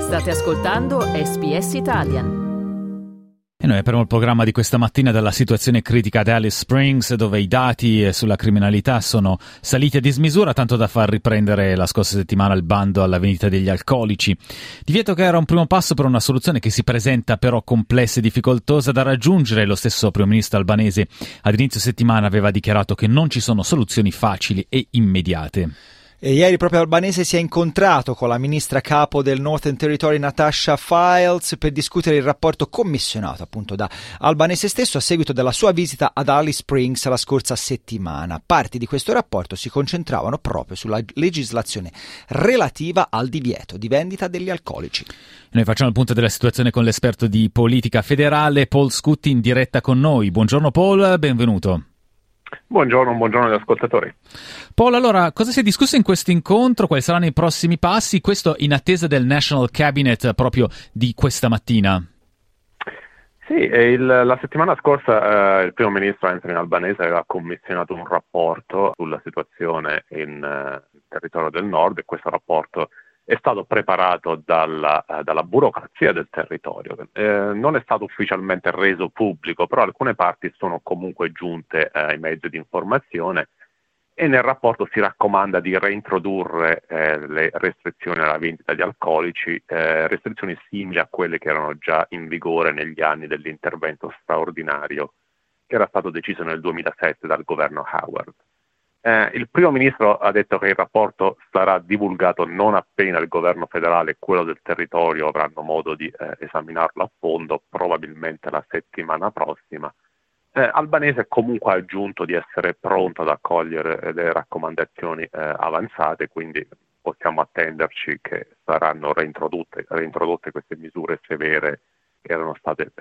State ascoltando SBS Italian. E noi apriamo il programma di questa mattina dalla situazione critica ad Alice Springs, dove i dati sulla criminalità sono saliti a dismisura, tanto da far riprendere la scorsa settimana il bando alla vendita degli alcolici. Divieto che era un primo passo per una soluzione che si presenta però complessa e difficoltosa da raggiungere. Lo stesso primo ministro albanese ad inizio settimana aveva dichiarato che non ci sono soluzioni facili e immediate. E ieri proprio Albanese si è incontrato con la ministra capo del Northern Territory Natasha Fyles per discutere il rapporto commissionato appunto da Albanese stesso a seguito della sua visita ad Alice Springs la scorsa settimana. Parti di questo rapporto si concentravano proprio sulla legislazione relativa al divieto di vendita degli alcolici. Noi facciamo il punto della situazione con l'esperto di politica federale Paul Scutti in diretta con noi. Buongiorno Paul, benvenuto. Buongiorno agli ascoltatori. Paul, allora, cosa si è discusso in questo incontro? Quali saranno i prossimi passi? Questo in attesa del National Cabinet proprio di questa mattina. Sì, la settimana scorsa il primo ministro Anthony Albanese aveva commissionato un rapporto sulla situazione in territorio del nord e questo rapporto è stato preparato dalla burocrazia del territorio. Non è stato ufficialmente reso pubblico, però alcune parti sono comunque giunte ai mezzi di informazione e nel rapporto si raccomanda di reintrodurre le restrizioni alla vendita di alcolici, restrizioni simili a quelle che erano già in vigore negli anni dell'intervento straordinario che era stato deciso nel 2007 dal governo Howard. Il primo ministro ha detto che il rapporto sarà divulgato non appena il governo federale e quello del territorio avranno modo di esaminarlo a fondo, probabilmente la settimana prossima. Albanese comunque ha aggiunto di essere pronto ad accogliere le raccomandazioni avanzate, quindi possiamo attenderci che saranno reintrodotte queste misure severe che erano state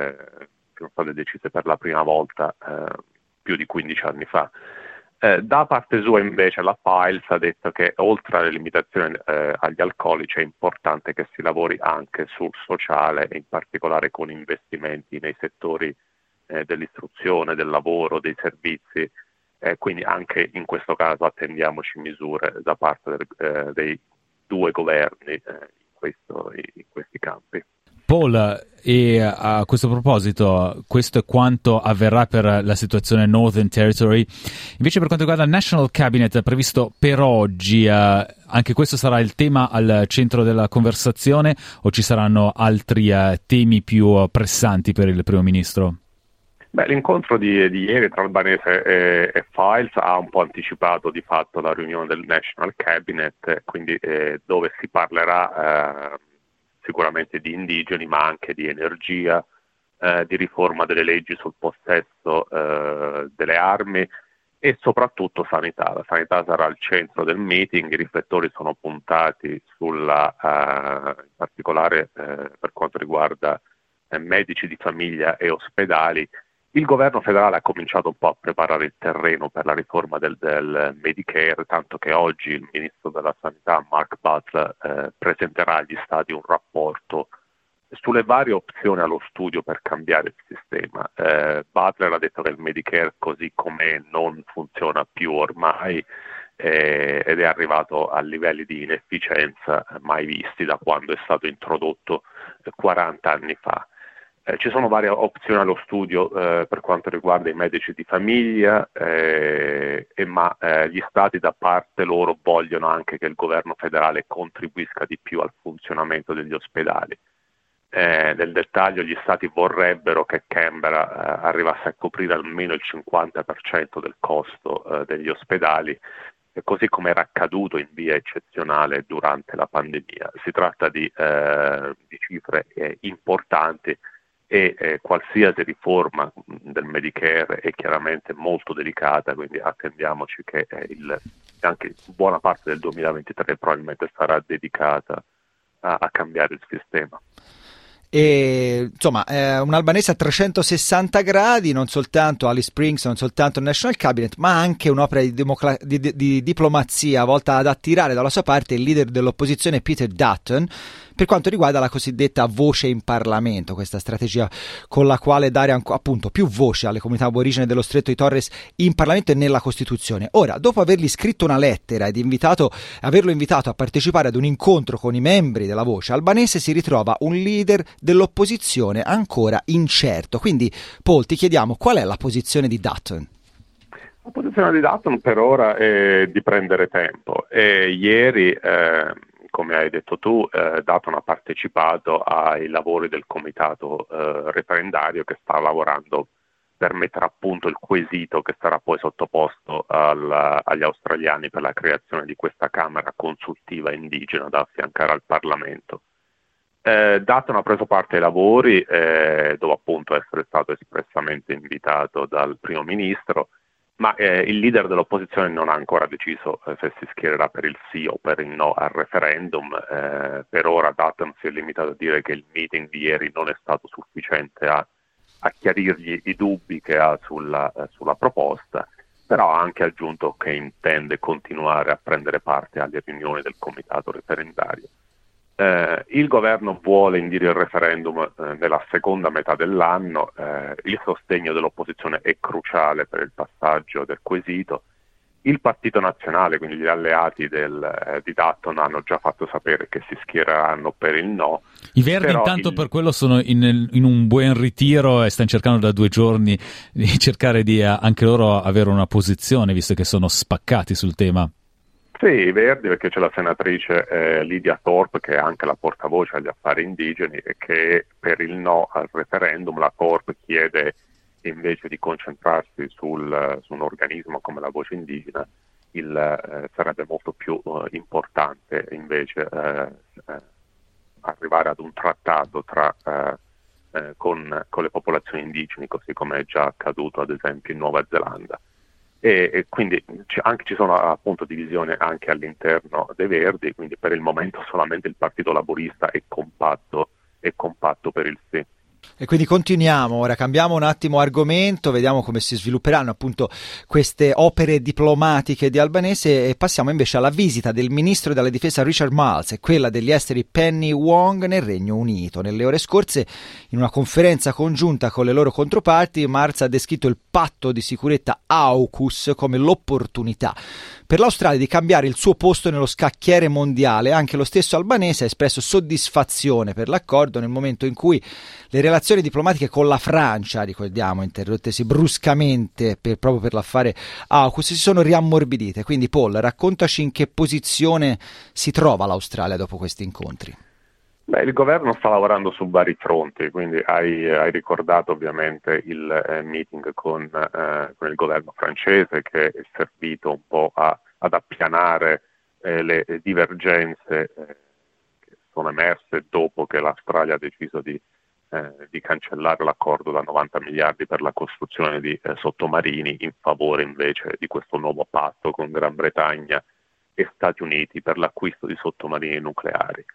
decise per la prima volta più di 15 anni fa. Da parte sua invece la Fyles ha detto che oltre alle limitazioni agli alcolici è importante che si lavori anche sul sociale e in particolare con investimenti nei settori dell'istruzione, del lavoro, dei servizi, quindi anche in questo caso attendiamoci misure da parte dei due governi in questi campi. Paul, e a questo proposito, questo è quanto avverrà per la situazione Northern Territory. Invece per quanto riguarda il National Cabinet previsto per oggi, anche questo sarà il tema al centro della conversazione o ci saranno altri temi più pressanti per il primo ministro? L'incontro di ieri tra Albanese e Fyles ha un po' anticipato di fatto la riunione del National Cabinet, quindi dove si parlerà sicuramente di indigeni, ma anche di energia, di riforma delle leggi sul possesso delle armi e soprattutto sanità. La sanità sarà al centro del meeting, i riflettori sono puntati in particolare per quanto riguarda medici di famiglia e ospedali. Il governo federale ha cominciato un po' a preparare il terreno per la riforma del Medicare, tanto che oggi il ministro della Sanità, Mark Butler, presenterà agli stati un rapporto sulle varie opzioni allo studio per cambiare il sistema. Butler ha detto che il Medicare così com'è non funziona più ormai ed è arrivato a livelli di inefficienza mai visti da quando è stato introdotto 40 anni fa. Ci sono varie opzioni allo studio per quanto riguarda i medici di famiglia, ma gli stati da parte loro vogliono anche che il governo federale contribuisca di più al funzionamento degli ospedali. Nel dettaglio gli stati vorrebbero che Canberra arrivasse a coprire almeno il 50% del costo degli ospedali, così come era accaduto in via eccezionale durante la pandemia. Si tratta di cifre importanti e qualsiasi riforma del Medicare è chiaramente molto delicata, quindi attendiamoci che anche buona parte del 2023 probabilmente sarà dedicata a cambiare il sistema. E insomma un albanese a 360 gradi, non soltanto Alice Springs, non soltanto il National Cabinet, ma anche un'opera di diplomazia volta ad attirare dalla sua parte il leader dell'opposizione Peter Dutton per quanto riguarda la cosiddetta voce in Parlamento, questa strategia con la quale dare appunto più voce alle comunità aborigene dello Stretto di Torres in Parlamento e nella Costituzione. Ora, dopo avergli scritto una lettera ed averlo invitato a partecipare ad un incontro con i membri della voce albanese, si ritrova un leader dell'opposizione ancora incerto. Quindi, Paul, ti chiediamo qual è la posizione di Dutton? La posizione di Dutton per ora è di prendere tempo. E ieri, come hai detto tu, Dutton ha partecipato ai lavori del comitato referendario che sta lavorando per mettere a punto il quesito che sarà poi sottoposto agli australiani per la creazione di questa Camera consultiva indigena da affiancare al Parlamento. Dutton ha preso parte ai lavori, dove appunto essere stato espressamente invitato dal primo ministro, ma il leader dell'opposizione non ha ancora deciso se si schiererà per il sì o per il no al referendum. Per ora Dutton si è limitato a dire che il meeting di ieri non è stato sufficiente a chiarirgli i dubbi che ha sulla proposta, però ha anche aggiunto che intende continuare a prendere parte alle riunioni del comitato referendario. Il governo vuole indire il referendum nella seconda metà dell'anno. Il sostegno dell'opposizione è cruciale per il passaggio del quesito. Il Partito Nazionale, quindi gli alleati di Dutton, hanno già fatto sapere che si schiereranno per il no. I Verdi intanto per quello sono in un buon ritiro e stanno cercando da 2 giorni di cercare di anche loro avere una posizione, visto che sono spaccati sul tema. Sì, i Verdi, perché c'è la senatrice Lydia Thorpe, che è anche la portavoce agli affari indigeni, e che per il no al referendum la Thorpe chiede, invece di concentrarsi su un organismo come la voce indigena, sarebbe molto più importante invece arrivare ad un trattato con le popolazioni indigene, così come è già accaduto ad esempio in Nuova Zelanda. E quindi ci sono appunto divisioni anche all'interno dei Verdi, quindi per il momento solamente il Partito Laburista è compatto per il sì. E quindi continuiamo, ora cambiamo un attimo argomento, vediamo come si svilupperanno appunto queste opere diplomatiche di Albanese e passiamo invece alla visita del ministro della difesa Richard Marles e quella degli esteri Penny Wong nel Regno Unito. Nelle ore scorse, in una conferenza congiunta con le loro controparti, Marles ha descritto il patto di sicurezza AUKUS come l'opportunità per l'Australia di cambiare il suo posto nello scacchiere mondiale. Anche lo stesso albanese ha espresso soddisfazione per l'accordo nel momento in cui le relazioni diplomatiche con la Francia, ricordiamo, interrottesi bruscamente proprio per l'affare AUKUS, si sono riammorbidite. Quindi Paul, raccontaci in che posizione si trova l'Australia dopo questi incontri. Beh, il governo sta lavorando su vari fronti, quindi hai ricordato ovviamente il meeting con il governo francese, che è servito un po' ad appianare le divergenze che sono emerse dopo che l'Australia ha deciso di cancellare l'accordo da 90 miliardi per la costruzione di sottomarini in favore invece di questo nuovo patto con Gran Bretagna e Stati Uniti per l'acquisto di sottomarini nucleari.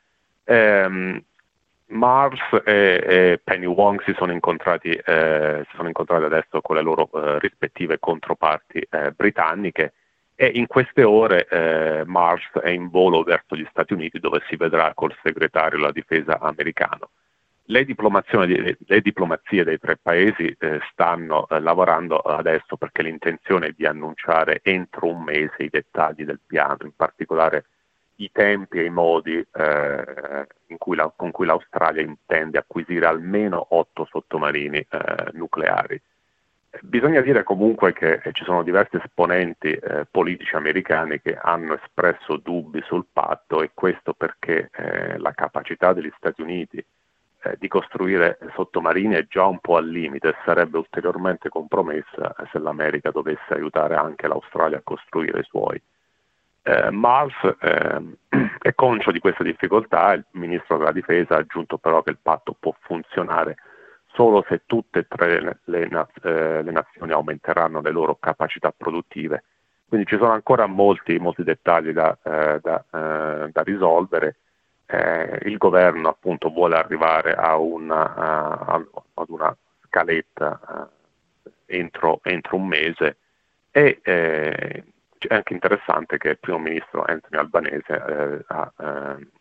Marles e Penny Wong si sono incontrati adesso con le loro rispettive controparti britanniche, e in queste ore Marles è in volo verso gli Stati Uniti, dove si vedrà col segretario della difesa americano. Le diplomazie dei 3 paesi stanno lavorando adesso perché l'intenzione è di annunciare entro un mese i dettagli del piano, in particolare i tempi e i modi con cui l'Australia intende acquisire almeno 8 sottomarini nucleari. Bisogna dire comunque che ci sono diversi esponenti politici americani che hanno espresso dubbi sul patto, e questo perché la capacità degli Stati Uniti di costruire sottomarini è già un po' al limite e sarebbe ulteriormente compromessa se l'America dovesse aiutare anche l'Australia a costruire i suoi. Marles è conscio di questa difficoltà. Il ministro della difesa ha aggiunto però che il patto può funzionare solo se tutte e 3 le nazioni aumenteranno le loro capacità produttive. Quindi ci sono ancora molti dettagli da risolvere. Il governo appunto vuole arrivare ad una scaletta entro un mese, e è anche interessante che il primo ministro Anthony Albanese ha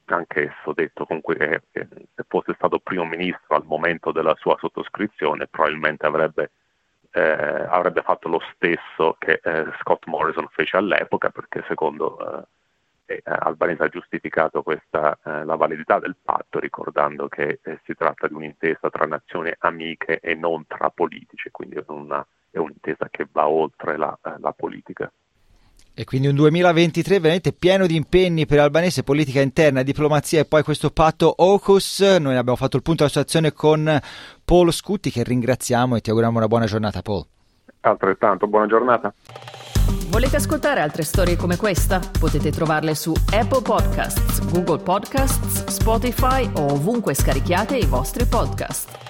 anch'esso detto comunque che se fosse stato primo ministro al momento della sua sottoscrizione probabilmente avrebbe fatto lo stesso che Scott Morrison fece all'epoca, perché secondo Albanese ha giustificato la validità del patto ricordando che si tratta di un'intesa tra nazioni amiche e non tra politici, quindi è un'intesa che va oltre la politica. E quindi un 2023 veramente pieno di impegni per Albanese, politica interna, diplomazia e poi questo patto AUKUS. Noi abbiamo fatto il punto della situazione con Paul Scutti, che ringraziamo e ti auguriamo una buona giornata, Paul. Altrettanto, buona giornata. Volete ascoltare altre storie come questa? Potete trovarle su Apple Podcasts, Google Podcasts, Spotify o ovunque scarichiate i vostri podcast.